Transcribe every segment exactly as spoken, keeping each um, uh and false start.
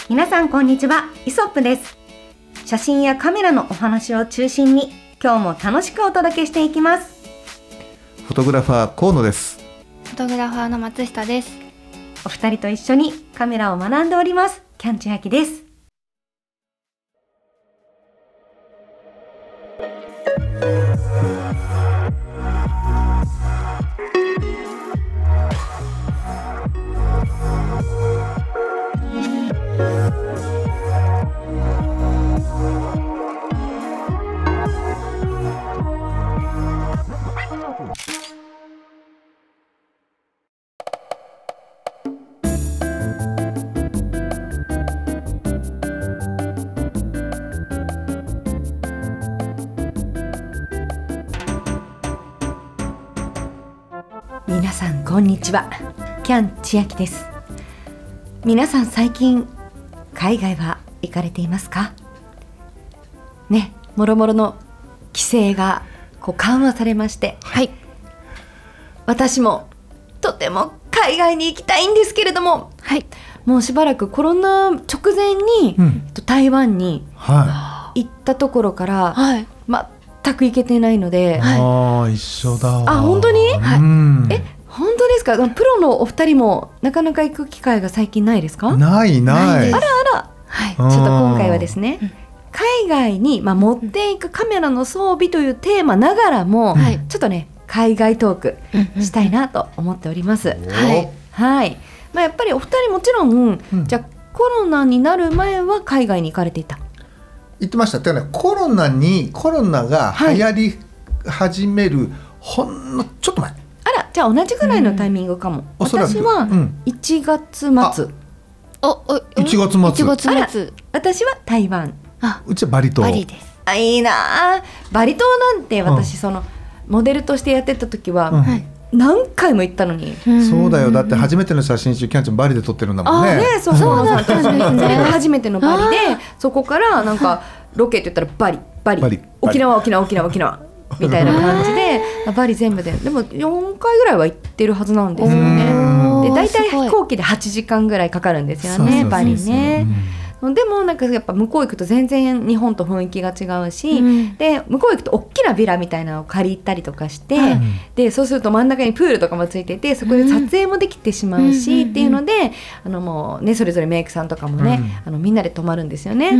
皆さんこんにちは、イソップです。写真やカメラのお話を中心に今日も楽しくお届けしていきます。 フォトグラファー河野です。 フォトグラファーの松下です。 お二人と一緒にカメラを学んでおりますキャン千秋です。皆さんこんにちは、キャン千秋です。皆さん最近海外は行かれていますかね。もろもろの規制がこう緩和されまして、 はい、 私もとても海外に行きたいんですけれども、 はい、 もうしばらくコロナ直前に、うん、台湾に行ったところから、はい、全く行けてないので、 はい、あ一緒だわ。 あ本当に、 はい、 え本当ですか。プロのお二人もなかなか行く機会が最近ないですか？ ないない。 あらあら、はい、ちょっと今回はですね、うん、海外に、まあ、持っていくカメラの装備というテーマながらも、うん、ちょっとね海外トークしたいなと思っております、うん、はいはい。まあ、やっぱりお二人もちろん、うん、じゃあコロナになる前は海外に行かれていた？ 言ってました。てかね、コロナにコロナが流行り始める、はい、ほんのちょっと前。 あら、じゃあ同じぐらいのタイミングかも、うん、私はいちがつ末、うん、 おおいちがつ末いちがつ末。 私は台湾。 あうちはバリ島。 バリです。 あいいな。バリ島なんて私、うん、そのモデルとしてやってた時は、うん、何回も行ったのに、 うん、そうだよ。だって初めての写真集キャンちゃんバリで撮ってるんだもんね。 あね、そうそうそうそれが初めてのバリで、そこからなんかロケって言ったらバリバリ、バリ沖縄沖縄沖縄沖縄みたいな感じでバリ全部ででもよんかいぐらいは行ってるはずなんですよね。でだいたい飛行機ではちじかんぐらいかかるんですよね、バリね。でもなんかやっぱ向こう行くと全然日本と雰囲気が違うし、うん、で向こう行くと大きなビラみたいなのを借りたりとかして、うん、でそうすると真ん中にプールとかもついてて、そこで撮影もできてしまうし、うん、っていうのであのもう、ね、それぞれメイクさんとかもね、うん、あのみんなで泊まるんですよね、うん、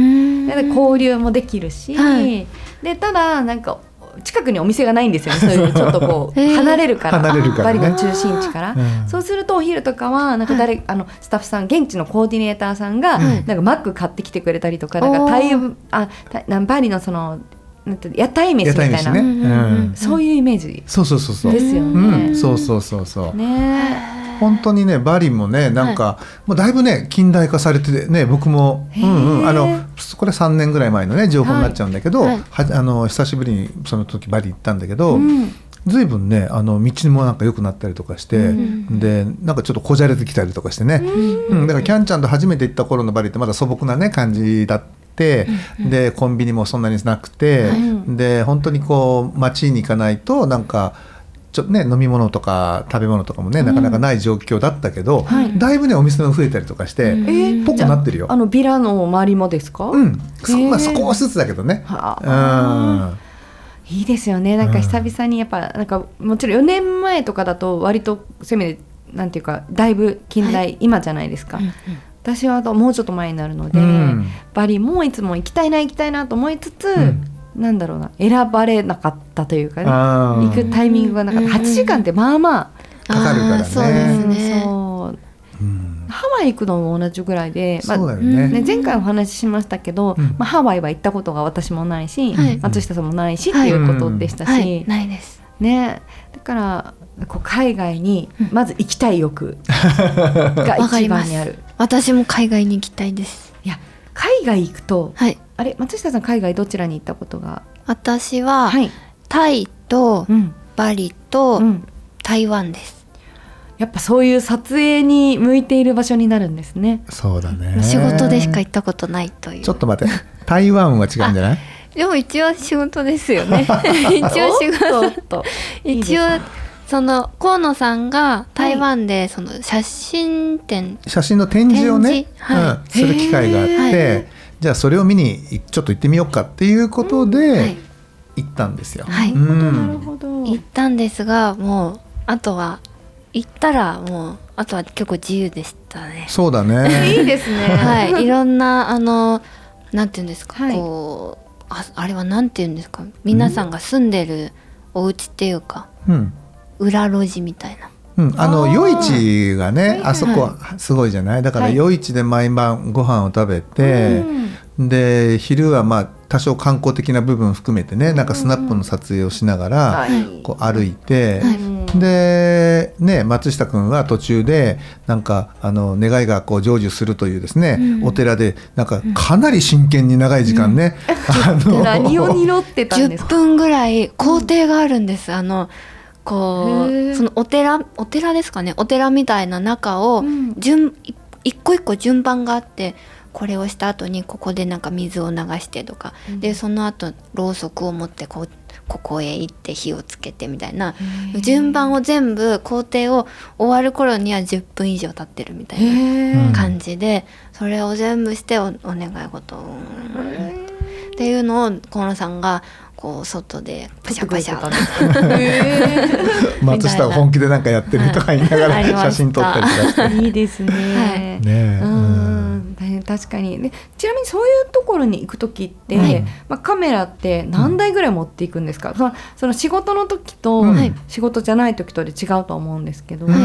で交流もできるし、はい、でただなんか近くにお店がないんですよね。そういうちょっとこう離れるから離れるから、ね、 バリの中心地から、うん、そうするとお昼とかはなんか誰、はい、あのスタッフさん現地のコーディネーターさんが、うん、なんかマック買ってきてくれたりとか、なんかタイあバリのそのなんて屋台飯みたいな、ねうん、そういうイメージそうそうそうそうですよね、 うん、そうそうそうそうね。 本当にねバリもねなんか、はい、もうだいぶね近代化されててね、僕も、うんうん、あのこれさんねんぐらい前のね情報になっちゃうんだけど、はいはい、あの久しぶりにその時バリ行ったんだけど、うん、ずいぶんねあの道もなんか良くなったりとかして、うん、でなんかちょっとこじゃれてきたりとかしてね、うんうん、だからキャンちゃんと初めて行った頃のバリってまだ素朴なね感じだったで, でコンビニもそんなになくて、はい、で本当にこう街に行かないとなんかちょっとね飲み物とか食べ物とかもね、うん、なかなかない状況だったけど、はい、だいぶねお店も増えたりとかして、うん、えー、ぽくなってるよ。 あのビラの周りもですか？ うん、そまあ、少しずつだけどね、 はうん、いいですよね。なんか久々にやっぱなんかもちろんよねんまえとかだと割とせめてなんていうかだいぶ近代、はい、今じゃないですか、うんうん、私はもうちょっと前になるので、うん、バリもいつも行きたいな行きたいなと思いつつ、うん、なんだろうな選ばれなかったというかね、行くタイミングがなかった。はちじかんってまあまあかかるからね。 そうですね。 そう、うん、ハワイ行くのも同じぐらいで、 まあそうだよねね、前回お話ししましたけど、うんまあ、ハワイは行ったことが私もないし、はい、松下さんもないし、はい、っていうことでしたし、 はい、ないですね。だからこう海外にまず行きたい欲が一番にある。 私も海外に行きたいです。 いや海外行くと、 はい、 あれ松下さん海外どちらに行ったことが？ 私は、はい、タイとバリと台湾です、 うん、やっぱそういう撮影に向いている場所になるんですね。 そうだね。 仕事でしか行ったことないという。 ちょっと待って、台湾は違うんじゃない？ でも一応仕事ですよね一応仕事一応その河野さんが台湾でその写真展、 写真の展示をね、 はいうん、する機会があって、じゃあそれを見にちょっと行ってみようかっていうことで、うん、はい、行ったんですよ。 はい、 うん、 なるほど。 行ったんですが、もうあとは行ったらもうあとは結構自由でしたね。 そうだね。 いいですね。 はい、いろんなあのなんていうんですか、 はい、 こう あ, あれはなんていうんですか、皆さんが住んでるお家っていうか、うん、裏路地みたいな。 うん、あの夜市がね、 あ, あそこはすごいじゃない。だから夜市で毎晩ご飯を食べて、はい、で昼はまあ多少観光的な部分含めてね、なんかスナップの撮影をしながらこう歩いて、はい、でね、松下くんは途中でなんかあの願いがこう成就するというですね、うん、お寺でなんかかなり真剣に長い時間ね、 うん、あの何を祈ってたんですか。 じゅっぷんぐらい工程があるんです。あのこうそのお寺お寺ですかね、お寺みたいな中を順、うん、一個一個順番があって、これをした後にここでなんか水を流してとか、うん、でその後ろうそくを持ってこうここへ行って火をつけてみたいな順番を全部工程を終わる頃にはじゅっぷん以上経ってるみたいな感じで、それを全部して お, お願い事をっていうのを河野さんがこう外でパシャパシャ松下は本気でなんかやってるとか言いながら写真撮ったりとかしていいですね、はい、ね、うん、確かに。でちなみにそういうところに行く時って、はい、まあ、カメラって何台ぐらい持っていくんですか。うん、その、その仕事の時と、うん、仕事じゃない時とで違うと思うんですけど、うんうん、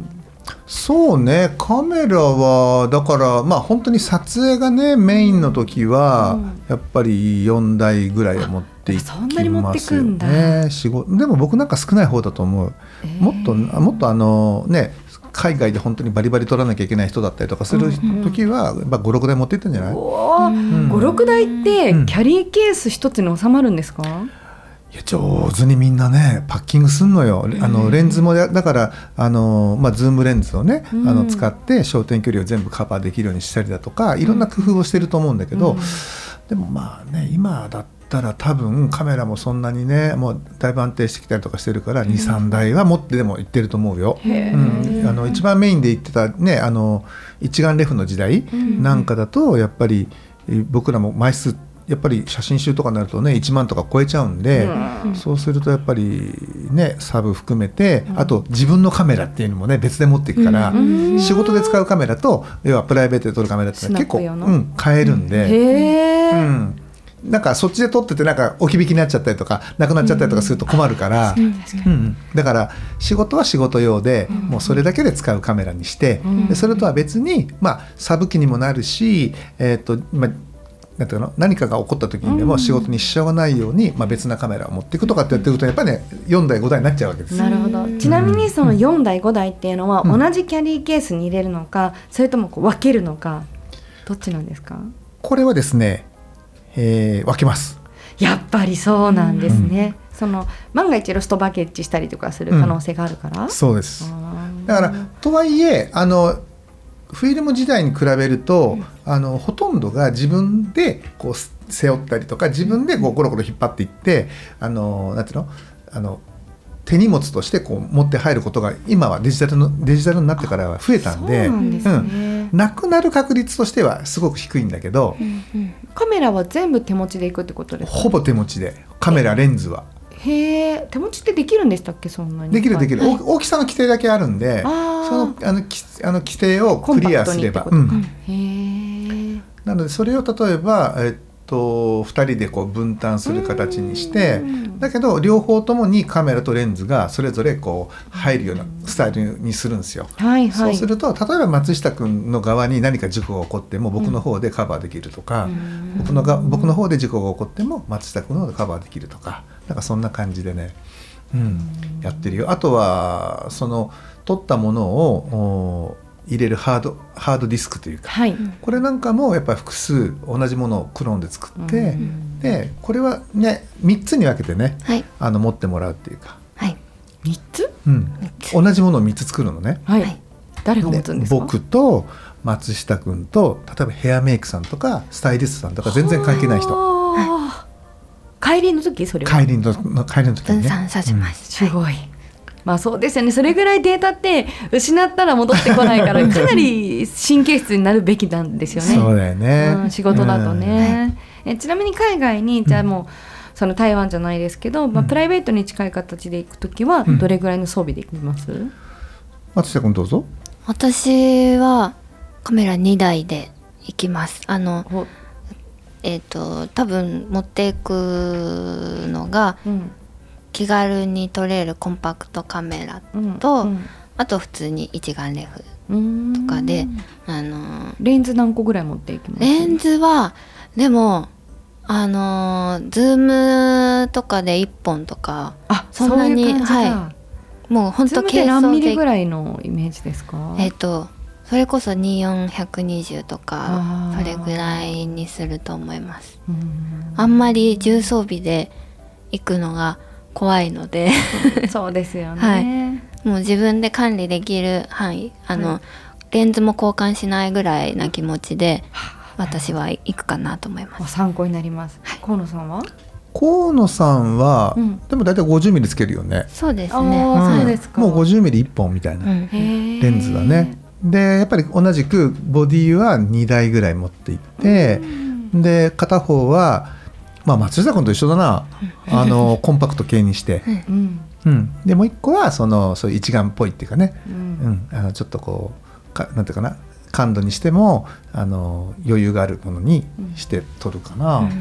そうね、カメラはだからまあ本当に撮影がねメインの時はやっぱりよんだいぐらいを持っていきますよね。そんなに持ってくんだ。仕事でも僕なんか少ない方だと思う、えー、もっともっとあのね、海外で本当にバリバリ撮らなきゃいけない人だったりとかする時は、うんうん、ごろくだい持っていったんじゃない。 うん、ごろくだいってキャリーケース一つに収まるんですか。 いや上手にみんなねパッキングすんのよ。あのレンズもだからあの、まあ、ズームレンズをね、うん、あの使って焦点距離を全部カバーできるようにしたりだとかいろんな工夫をしてると思うんだけど、うん、でもまあね今だったら多分カメラもそんなにねもうだいぶ安定してきたりとかしてるから にさんだいは持ってでも行ってると思うよ。うん、あの一番メインで行ってたねあの一眼レフの時代なんかだとやっぱり僕らも枚数やっぱり写真集とかになるとねいちまんとか超えちゃうんで、うん、そうするとやっぱりねサブ含めて、うん、あと自分のカメラっていうのもね別で持っていくから、うん、仕事で使うカメラと要はプライベートで撮るカメラって結構、うん、変えるんで、へー、うん、なんかそっちで撮っててなんか置き引きになっちゃったりとかなくなっちゃったりとかすると困るから、うんうん、だから仕事は仕事用で、うん、もうそれだけで使うカメラにして、うん、でそれとは別に、まあ、サブ機にもなるし、えーとまあなんていうの、何かが起こった時にでも仕事に支障がないように、うんまあ、別なカメラを持っていくとかってやってるとやっぱりねよんだいごだいになっちゃうわけです。 なるほど。ちなみにそのよんだいごだいっていうのは同じキャリーケースに入れるのか、それともこう分けるのかどっちなんですか。 これはですね、えー、分けます。 やっぱりそうなんですね、うん、その万が一ロストバケッジしたりとかする可能性があるから、 うん、そうです。だからとはいえあのフィルム時代に比べると、うん、あのほとんどが自分でこう背負ったりとか自分でこうゴロゴロ引っ張っていってあのなんていうのあの手荷物としてこう持って入ることが今はデジタルのデジタルになってからは増えたんで、 そうなんですね、 うん、なくなる確率としてはすごく低いんだけど、 うんうん、カメラは全部手持ちでいくってことですか。 ほぼ手持ちでカメラレンズは。 へー、手持ちってできるんでしたっけ。そんなにできるできる、はい、大きさの規定だけあるんでそのあのきあの規定をクリアすれば、うん、へー、なのでそれを例えば、えっと、ふたりでこう分担する形にしてだけど両方ともにカメラとレンズがそれぞれこう入るようなスタイルにするんですよ、はいはい、そうすると例えば松下くんの側に何か事故が起こっても僕の方でカバーできるとか、うん、僕のが僕の方で事故が起こっても松下くんの方でカバーできるとかなんかそんな感じでね、うん、やってるよ。あとはその撮ったものを入れるハード、ハードディスクというか、はい、これなんかもやっぱり複数同じものをクローンで作って、うん、でこれはねみっつに分けてね、はい、あの持ってもらうっていうか、 はい、みっつ、 うん、同じものをみっつ作るのね、 はい、誰が持つんですか。 僕と松下くんと例えばヘアメイクさんとかスタイリストさんとか全然関係ない人、 帰りの時それは帰りの帰りの時にね分散させます、 うん、すごい。 まあそうですよね。それぐらいデータって失ったら戻ってこないからかなり神経質になるべきなんですよね。 そうだよね、 うん、仕事だとね、うん、えちなみに海外にじゃあもう、うん、その台湾じゃないですけど、まあ、プライベートに近い形で行くときはどれぐらいの装備で行きます？うん、 松下君どうぞ。 私はカメラにだいで行きます。あのえっ、ー、と多分持っていくのが、うん、気軽に撮れるコンパクトカメラと、うんうん、あと普通に一眼レフとかで、あのレンズ何個ぐらい持っていきます？ レンズはでもあのズームとかでいっぽんとか、 あ、そんなに、そういう感じか、はい、 もう本当軽装で。 何ミリぐらいのイメージですか？ えっ、ー、とそれこそにじゅうよん、ひゃくにじゅうとかそれぐらいにすると思います。うん、あんまり重装備で行くのが怖いのでそうですよね、 はい、もう自分で管理できる範囲、あの、はい、レンズも交換しないぐらいな気持ちで私は行くかなと思います。 参考になります。はい、河野さんは？ 河野さんは、うん、でも大体ごじゅうミリつけるよね。 そうですね、 うん、そうですか。 もうごじゅうミリいっぽんみたいなレンズだね。でやっぱり同じくボディはにだいぐらい持っていって、うん、で片方はまあ、松下君と一緒だな、あのコンパクト系にして、うんうん、でもう一個はそのそういう一眼っぽいっていうかね、うんうん、あのちょっとこうかなんていうかな、感度にしてもあの余裕があるものにして撮るかな、うんうん、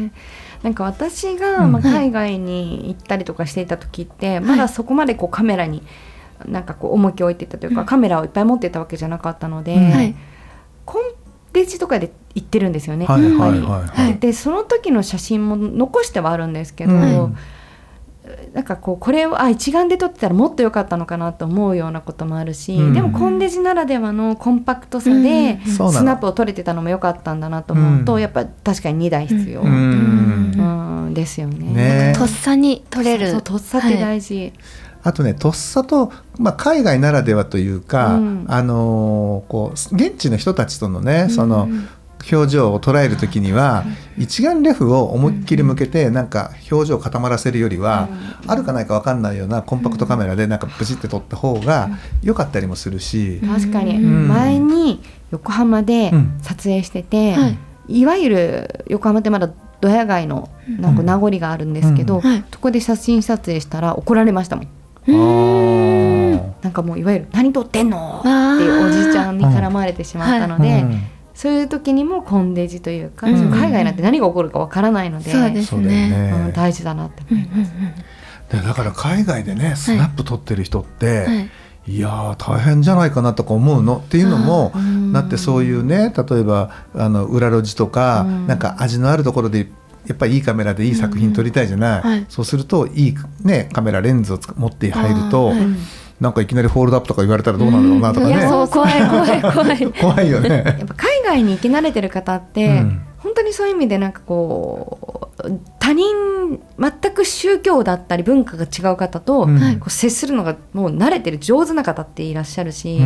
なんか私が、まあ、海外に行ったりとかしていた時って、うん、まだそこまでこうカメラになんかこう重きを置いていたというか、うん、カメラをいっぱい持っていたわけじゃなかったので、うん、コンレジとかで行ってるんですよね、はいはいはいはい、でその時の写真も残してはあるんですけど、うん、なんかこうこれをあ一眼で撮ってたらもっと良かったのかなと思うようなこともあるし、うん、でもコンデジならではのコンパクトさでスナップを撮れてたのも良かったんだなと思うと、うん、やっぱ確かににだい必要、うんうん、ですよ ね, ね。とっさに撮れる、 そうとっさって大事、はい、 あとねとっさと、まあ、海外ならではというか、うん、あのー、こう現地の人たちとのね、その表情を捉えるときには、うん、一眼レフを思いっきり向けてなんか表情を固まらせるよりは、うん、あるかないか分かんないようなコンパクトカメラでなんかブチって撮った方が良かったりもするし、 うん、確かに、うん、前に横浜で撮影してて、うんはい、いわゆる横浜ってまだドヤ街のなんか名残があるんですけど、うんうん、そこで写真撮影したら怒られましたもん。うーん、なんかもういわゆる何撮ってんのっていうおじちゃんに絡まれてしまったので、はい、そういう時にもコンデジというか、うん、海外なんて何が起こるかわからないので、 そうですね、 うん、大事だなって思います、うんうんうん、 でだから海外でねスナップ撮ってる人って、はい、いや大変じゃないかなとか思うのっていうのも、だってそういうね、例えばあの裏路地とか、うん、なんか味のあるところでやっぱりいいカメラでいい作品撮りたいじゃない、うんはい、そうするといい、ね、カメラレンズを持って入ると、はい、なんかいきなりホールドアップとか言われたらどうなんだろうなとかね、うん、いやそう怖い怖い怖い怖いよね。 やっぱ海外に行き慣れてる方って、うん、本当にそういう意味でなんかこう他人全く宗教だったり文化が違う方と、うん、こう接するのがもう慣れてる上手な方っていらっしゃるし、うん、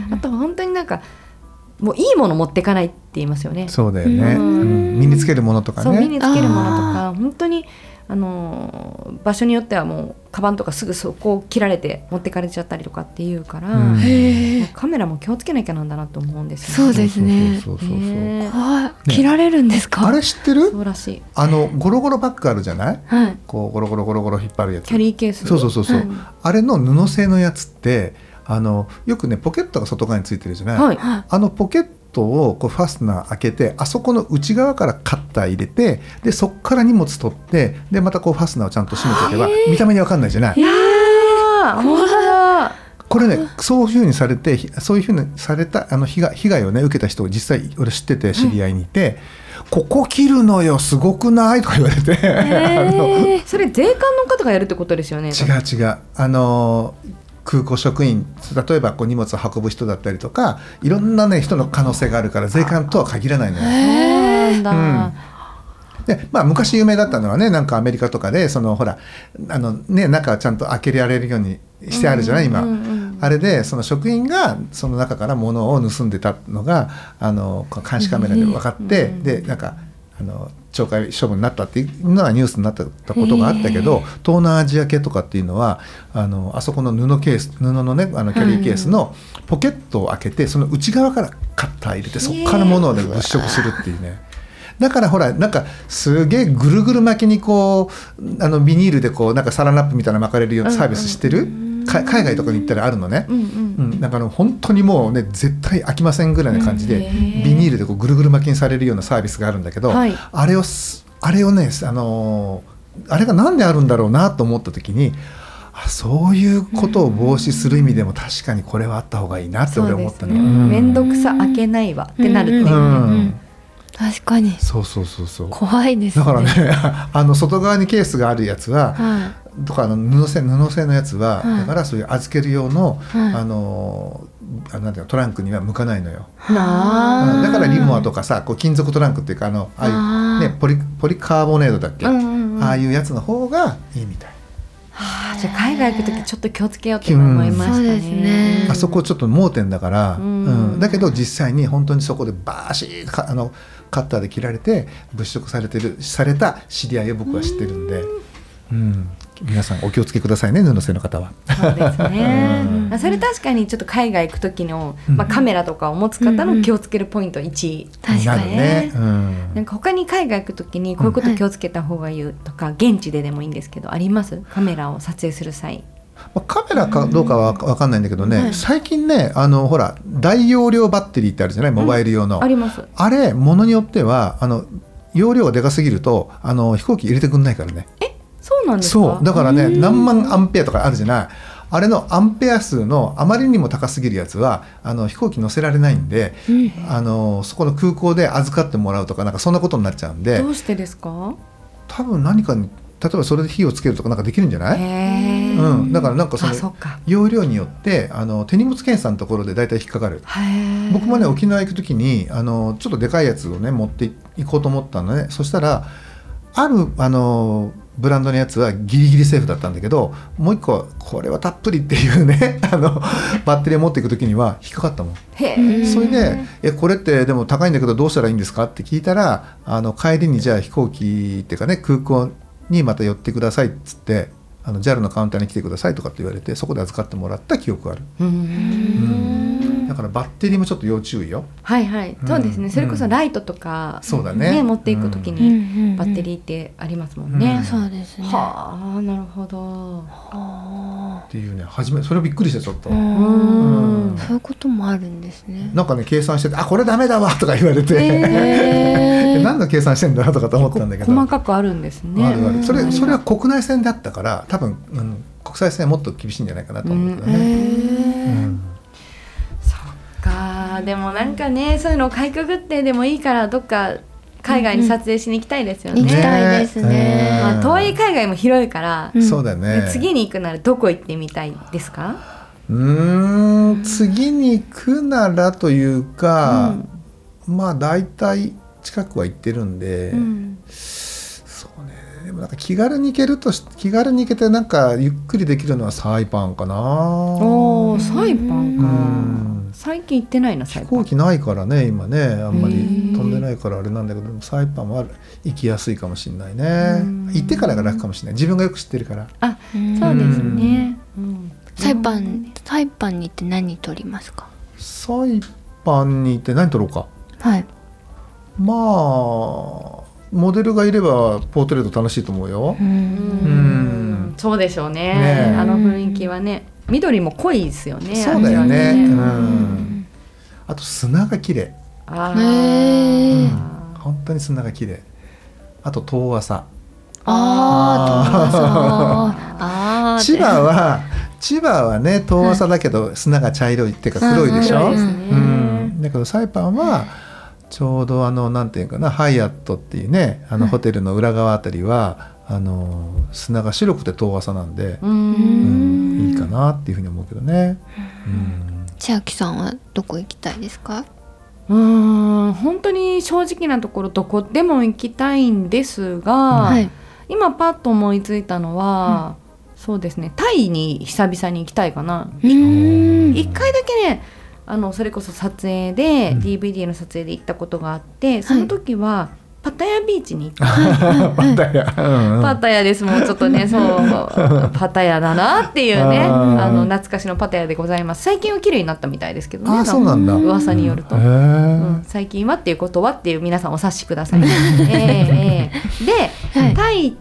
あとは本当になんかもういいもの持っていかないって言いますよね。 そうだよね、うん、身につけるものとかね、 そう身につけるものとか本当にあの場所によってはもうカバンとかすぐそこを切られて持ってかれちゃったりとかっていうから、うん、カメラも気をつけなきゃなんだなと思うんですよね。 そうですね。 そうそうそうそう、ね、 怖い、切られるんですか？ あれ知ってる？ そうらしい。 あのゴロゴロバッグあるじゃない、 はい、 こうゴロゴロゴロゴロ引っ張るやつ、 キャリーケース、 そうそうそうそう、 はい、 あれの布製のやつってあのよくねポケットが外側についてるじゃない、はい、あのポケットをこうファスナー開けてあそこの内側からカッター入れてでそこから荷物取ってでまたこうファスナーをちゃんと閉めておけば見た目に分かんないじゃない。いやー怖い。 これねそういう風にされてそういう風にされたあの被害、被害をね受けた人を実際俺知ってて知り合いにいて、うん、ここ切るのよすごくないとか言われてあのそれ税関の方がやるってことですよね。 違う違うあの空港職員例えばこう荷物を運ぶ人だったりとかいろんな、ね、人の可能性があるから税関とは限らないのよ。 へー、なんだ、 うんでまあ、昔有名だったのはねなんかアメリカとかでそのほらあの、ね、中はちゃんと開けられるようにしてあるじゃない、うんうんうん、今あれでその職員がその中から物を盗んでたのがあの監視カメラで分かって、うんうん、でなんかあの懲戒処分になったっていうのはニュースになったことがあったけど、東南アジア系とかっていうのはあのあそこの布ケース布のねあのキャリーケースのポケットを開けてその内側からカッター入れてそこから物を、ね、物色するっていうね。だからほらなんかすげえぐるぐる巻きにこうあのビニールでこうなんかサランラップみたいな巻かれるようなサービスしてる、うんうん、海外とかに行ったらあるのね、うんうんうん、だから本当にもうね絶対飽きませんぐらいな感じで、うん、ビニールでこうぐるぐる巻きにされるようなサービスがあるんだけど、はい、あれをあれをねあのー、あれがなんであるんだろうなと思った時にあそういうことを防止する意味でも確かにこれはあった方がいいなって俺思ったの。 面倒、ねうん、くさ開けないわってなるっていうね、うんうん確かにそうそうそうそう怖いですね。 だからねあの外側にケースがあるやつは、はい、とかあの布製布製のやつは、はい、だからそういう預ける用の、はい、あのあなんていうのトランクには向かないのよ、はい、だからリモアとかさこう金属トランクっていうかあのああいう、ね、ポリ、ポリカーボネートだっけ、うんうんうん、ああいうやつの方がいいみたい。 はあ、じゃあ海外行くときちょっと気をつけようと思いましたね、うん、そうですね。 あそこちょっと盲点だから、うんうん、だけど実際に本当にそこでバーシーあのカッターで切られて物色されてるされた知り合いを僕は知ってるんで、うん、皆さんお気をつけくださいね布製の方は。 そうですね、うん、それ確かにちょっと海外行く時の、まあ、カメラとかを持つ方の気をつけるポイントいちい、 うんうん、確かにね、 うん、 なんか他に海外行く時にこういうこと気をつけた方がいいとか、うん、現地ででもいいんですけどあります？カメラを撮影する際。 カメラかどうかは分かんないんだけどね、うん、最近ねあのほら大容量バッテリーってあるじゃないモバイル用の、 うん、あります。 あれものによってはあの容量がでかすぎるとあの飛行機入れてくんないからね。 えそうなんですか？ そうだからね何万アンペアとかあるじゃないあれのアンペア数のあまりにも高すぎるやつはあの飛行機乗せられないんで、うん、あのそこの空港で預かってもらうとかなんかそんなことになっちゃうんで。 どうしてですか？ 多分何かに例えばそれで火をつけるとかなんかできるんじゃない？へー、うん、だからなんかその容量によってあの手荷物検査のところでだいたい引っかかる。僕もね沖縄行くときにあのちょっとでかいやつをね持っていこうと思ったのね。そしたらあるあのブランドのやつはギリギリセーフだったんだけどもう一個これはたっぷりっていうねあのバッテリーを持っていくときには引っかかったもん。へー。それでえこれってでも高いんだけどどうしたらいいんですかって聞いたらあの帰りにじゃあ飛行機っていうかね空港にまた寄ってくださいっつってあの ジャル のカウンターに来てくださいとかって言われてそこで預かってもらった記憶がある。うーん、うん、だからバッテリーもちょっと要注意よ。 はいはい、うん、そうですね。それこそライトとか、うん、ね、持っていくときにバッテリーってありますもんね、 うんうん、そうですね。 はあなるほどはっていうね初めそれびっくりしてちょっと、うんうん、そういうこともあるんですね。 なんかね計算しててあこれダメだわとか言われて、えー、何の計算してんだとかと思ったんだけど細かくあるんですね。 あるある。それそれは国内線だったから多分、うん、国際線はもっと厳しいんじゃないかなと思うけどね、うんえーうん、 そっか。でもなんかねそういうのをかいくぐってでもいいからどっか海外に撮影しに行きたいですよね、 うんうん、行きたいですね、 まあ、とはいえ海外も広いから、 うん、そうだね。 次に行くならどこ行ってみたいですか？ うーん次に行くならというか、うん、まあ大体近くは行ってるんで、うん、そうね。でもなんか気軽に行けるとし気軽に行けてなんかゆっくりできるのはサイパンかな。 おーサイパンか、うん、最近行ってないな。サイパン飛行機ないからね今ねあんまり飛んでないからあれなんだけどサイパンは行きやすいかもしれないね。行ってからが楽かもしれない。自分がよく知ってるから。 あそうですね、うん、 サイパンサイパンに行って何撮りますか？ サイパンに行って何撮ろうか。 はい。 まあモデルがいればポートレート楽しいと思うよ。うーんうんそうでしょう ね, ねあの雰囲気はね。緑も濃いですよね。 そうだよね、ね、うんあと砂が綺麗。あ、 へうん、本当に砂が綺麗。あと遠浅。 ああ千葉は千葉はね遠浅だけど砂が茶色いっていうか黒いでしょ、うん、だけどサイパンはちょうどあのなんていうかなハイアットっていうねあのホテルの裏側あたりは、うん、あの砂が白くて遠浅なんで、うん、うん、いいかなっていうふうに思うけどね。うん、 千秋さんはどこ行きたいですか？ うーん本当に正直なところどこでも行きたいんですが、うんはい、今パッと思いついたのは、うん、そうですねタイに久々に行きたいかな。一回だけねあのそれこそ撮影で、うん、ディーブイディー の撮影で行ったことがあってその時はパタヤビーチに行ってパタヤ、うんうん、 パタヤですもうちょっとねそうパタヤだなっていうねああの懐かしのパタヤでございます。最近は綺麗になったみたいですけどね。 あそうなんだ噂によると、 へー、 うん、最近はっていうことはっていう皆さんお察しください、えーえー、で、はい、タイって、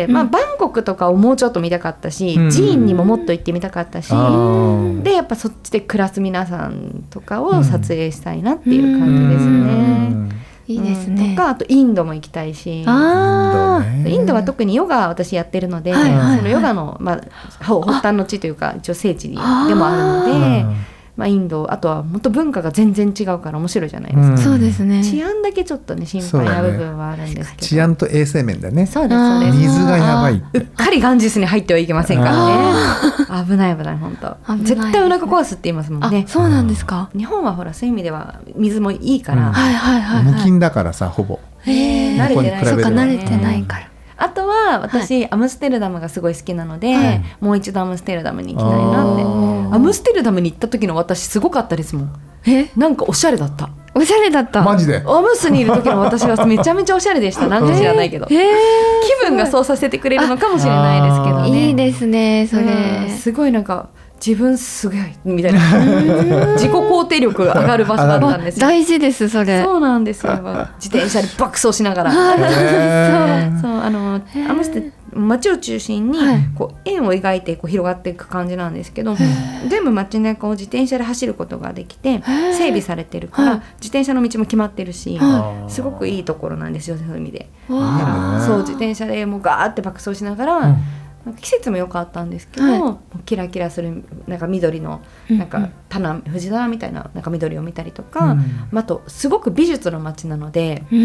まあ、バンコクとかをもうちょっと見たかったし、うん、寺院にももっと行ってみたかったし、うん、でやっぱそっちで暮らす皆さんとかを撮影したいなっていう感じですね、うんいいですね、 うん、とかあとインドも行きたいし、 あインドは特にヨガ私やってるので、はいはいはい、そのヨガの、まあ、発端の地というか一応聖地でもあるので、まあ、インドあとはもっと文化が全然違うから面白いじゃないですか、うん、 そうですね。 治安だけちょっとね心配な部分はあるんですけど、 治安と衛生面だね。 そうですそうです。 水がやばい。 うっかりガンジスに入ってはいけませんからね。危ない危ない本当。絶対お腹壊すって言いますもんね。 あ、そうなんですか。 日本はほらそういう意味では水もいいから、うん、 はいはいはい、はい、 無菌だからさほぼ。 へー、慣れてない。 そうか慣れてないから。 あとは私、はい、アムステルダムがすごい好きなので、はい、もう一度アムステルダムに行きたいなって。アムステルダムに行った時の私すごかったですもん。え、なんかおしゃれだった。 おしゃれだった。 マジで。 アムスにいる時の私はめちゃめちゃおしゃれでした。なんか知らないけど、えー、気分がそうさせてくれるのかもしれないですけどね。 いいですねそれ、うん、 すごいなんか自分すごいみたいな自己肯定力が上がる場所だったんですよ。 大事ですそれ。 そうなんですよ。自転車で爆走しながらそうそうあのアムステ街を中心にこう円を描いてこう広がっていく感じなんですけど、全部街中を自転車で走ることができて整備されてるから自転車の道も決まってるし、すごくいいところなんですよそういう意味で。だからそう自転車でもうガーって爆走しながら、うんなんか季節も良かったんですけど、はい、キラキラするなんか緑のなんか棚藤棚みたいななんか緑を見たりとか、うん、あとすごく美術の街なので、うん、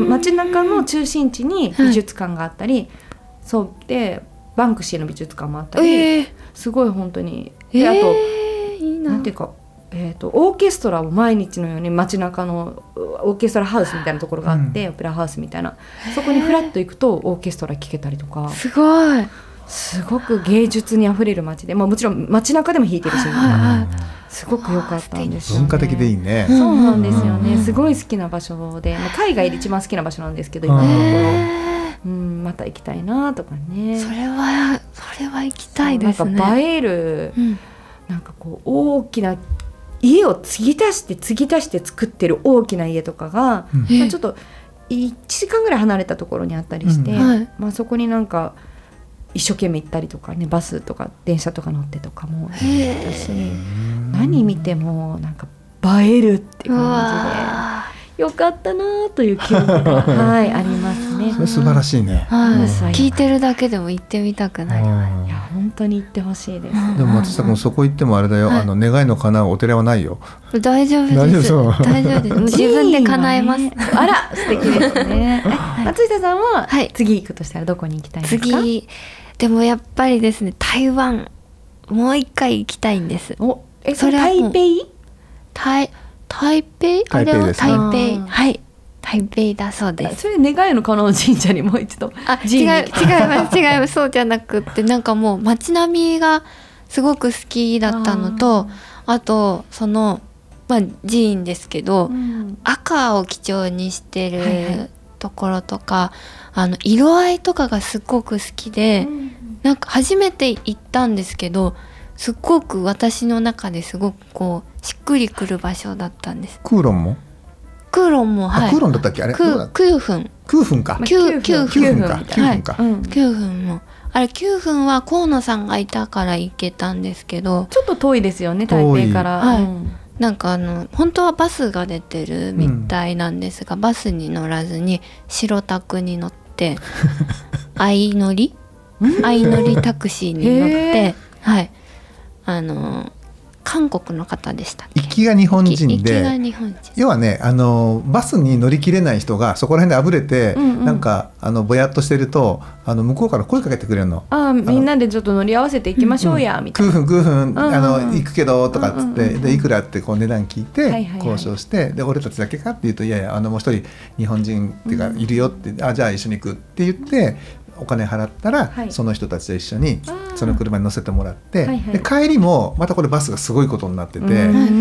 街中の中心地に美術館があったり、はい、そうでバンクシーの美術館もあったり、えー、すごい本当にであと、えー、いいななんていうか、えーと、オーケストラを毎日のように街中のオーケストラハウスみたいなところがあって、うん、オペラハウスみたいなそこにフラッと行くとオーケストラ聴けたりとかすごいすごく芸術にあふれる街で、まあ、もちろん街中でも弾いてるし、はい、すごく良かったんですよね。 文化的でいいね。 そうなんですよね。すごい好きな場所で、まあ、海外で一番好きな場所なんですけど今のところ、うん、また行きたいなとかね。 それはそれは行きたいですね。 なんか映える、うん、なんかこう大きな家を継ぎ足して継ぎ足して作ってる大きな家とかが、うんまあ、ちょっといちじかんぐらい離れたところにあったりして、うんはいまあ、そこになんか一生懸命行ったりとかねバスとか電車とか乗ってとかもだし何見てもなんか映えるって感じでよかったなという記憶が、はい、ありますね。 それ素晴らしいね、 はい、聞いてるだけでも行ってみたくなります。 いや本当に行ってほしいです。 でも松下君そこ行ってもあれだよ、はい、あの願いの叶うお寺はないよ。 大丈夫です大丈夫大丈夫です自分で叶えます、ね、 あら素敵ですね松下さんは次行くとしたらどこに行きたいですか？ 次でもやっぱりですね台湾もう一回行きたいんです。 おえそれは台北台台北あれは台北はい台北だそうです。 それ願いの叶う神社にもう一度あ違う違います違いますそうじゃなくってなんかもう街並みがすごく好きだったのと あ, あとその、まあ、寺院ですけど、うん、赤を基調にしてる、はいはい、ところとかあの色合いとかがすごく好きで、うん、なんか初めて行ったんですけどすっごく私の中ですごくこうしっくりくる場所だったんです。 クーロンもクーロンもはいクーロンだったっけあれクーフンクーフンかきゅうふんきゅうふんかきゅうふんか、 はいうん、きゅうふんもあれきゅうふんは河野さんがいたから行けたんですけどちょっと遠いですよね台北から、 はいうん、なんかあの本当はバスが出てるみたいなんですが、うん、バスに乗らずに白タクに乗って相乗り相乗りタクシーに乗ってはいあの韓国の方でしたっけ。 行きが日本人で行きが日本人要はねあのバスに乗り切れない人がそこら辺であぶれて、うんうん、なんかあのぼやっとしてるとあの向こうから声かけてくれるの。 ああみんなでちょっと乗り合わせていきましょうや、うん、みたいな。 くふんくふん、うんうん、あの行くけどとかっつって、うんうんうん、でいくらってこう値段聞いて、はいはいはい、交渉してで俺たちだけかって言うといやいやあのもう一人日本人っていうかいるよって、うん、あじゃあ一緒に行くって言ってお金払ったら、はい、その人たちと一緒にその車に乗せてもらって、はいはい、で帰りもまたこれバスがすごいことになってて、そし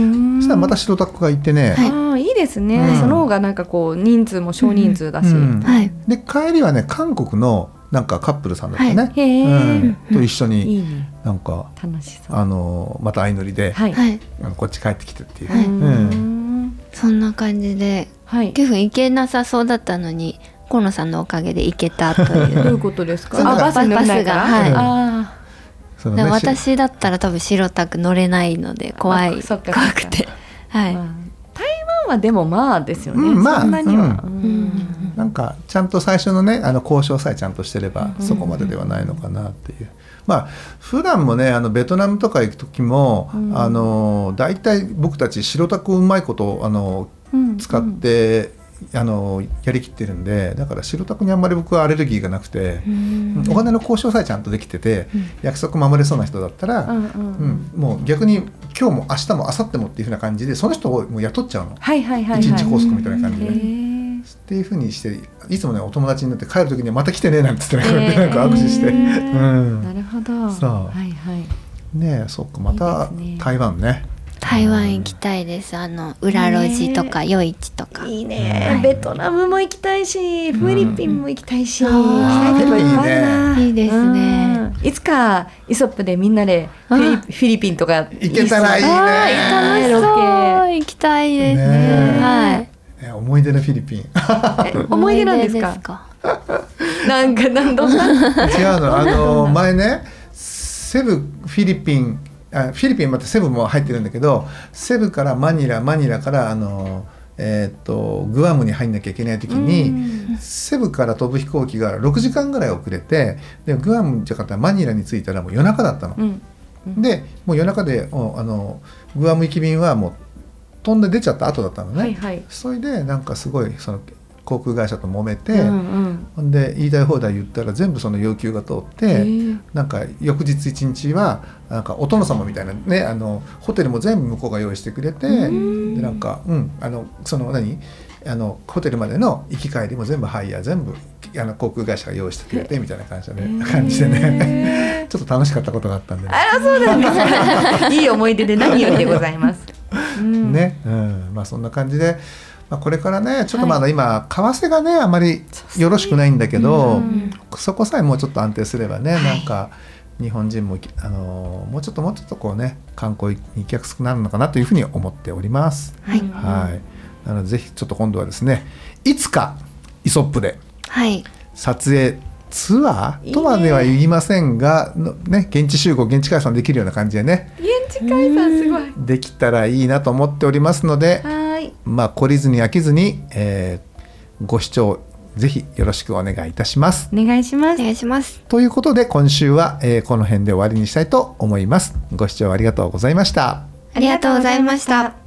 したらまた白タクがいてね、 はいああいいですね、 うんその方がなんかこう人数も少人数だし、 うんはいで帰りはね韓国のなんかカップルさんだったね、 はいへーうん、と一緒にいいねなんか楽しそう。 あのまた相乗りで、 はい、 はいあのこっち帰ってきてっていう、 はいうんそんな感じではい、 ケフン行けなさそうだったのに河野さんのおかげで行けたとどういいううことですか。 そうなんかあバスに乗れないから。 バスがはいあそのねで私だったら多分白タク乗れないので怖いあそっかそっか怖くてはい、 ーまあ台湾はでもまあですよね。 うんまあそんなには。 うんうんなんかちゃんと最初のねあの交渉さえちゃんとしてればうんそこまでではないのかなっていう、まあ普段もねあのベトナムとか行く時も、 うんあの大体僕たち白タクうまいことあのうん使って、あのやりきってるんでだから白タクにあんまり僕はアレルギーがなくて、 うんお金の交渉さえちゃんとできてて、約束守れそうな人だったら、 うんうんうんもう逆に今日も明日も明後日もっていう風な感じでその人をもう雇っちゃうの、 はいはいはいはい。 一日拘束みたいな感じで。 へーっていう風にしていつもねお友達になって帰る時にまた来てねなんて言ってね、 えーなんか握手して、うんなるほど。 そうはいはい。 ねえそっかまたいいですね台湾ね台湾行きたいですあの裏路地とか夜市とかいいはね、 いベトナムも行きたいし、フィリピンも行きたいし、 うん行きたいとこいっぱいあるな。 いいですねうんいつかイソップでみんなでフィリフィリピンとか行けたらいいねあー楽しロそう行きたいですねねえはいね思い出のフィリピンケえ思い出なんですか。 かなんかなんどんな。 違うのあの前ねセブフィリピンあフィリピンまたセブも入ってるんだけどセブからマニラマニラからあの、えーっとグアムに入んなきゃいけない時にセブから飛ぶ飛行機がろくじかんぐらい遅れてでグアムじゃなくてマニラに着いたらもう夜中だったの。 うんでもう夜中でおあのグアム行き便はもう飛んで出ちゃった後だったのね、 はいはい。 それでなんかすごいその航空会社と揉めて、 うんうんほんで言いたい放題言ったら全部その要求が通っへてーなんか翌日一日はなんかお殿様みたいなねあのホテルも全部向こうが用意してくれてでなんかうんあのその何あのホテルまでの行き帰りも全部ハイヤー全部あの航空会社が用意してくれてみたいな感じでね感じでねちょっと楽しかったことがあったんでねあらそうなんですか。いい思い出で何よりでございます。うんね、うん、まあそんな感じで、まあ、これからねちょっとまだ今、為替がねあまりよろしくないんだけど、 うんそこさえもうちょっと安定すればね、 はいなんか日本人も、あのーもうちょっともうちょっとこうね観光に行きやすくなるのかなというふうに思っております。 はいはい、なのでぜひちょっと今度はですねいつかイソップではい撮影ツアーとまでは言いませんがのね、現地集合現地解散できるような感じでね現地解散すごい。 できたらいいなと思っておりますので、 はーい。 まあ懲りずに飽きずに、えーご視聴ぜひよろしくお願いいたします。 お願いします。 お願いしますということで今週は、えーこの辺で終わりにしたいと思います。ご視聴ありがとうございました。 ありがとうございました。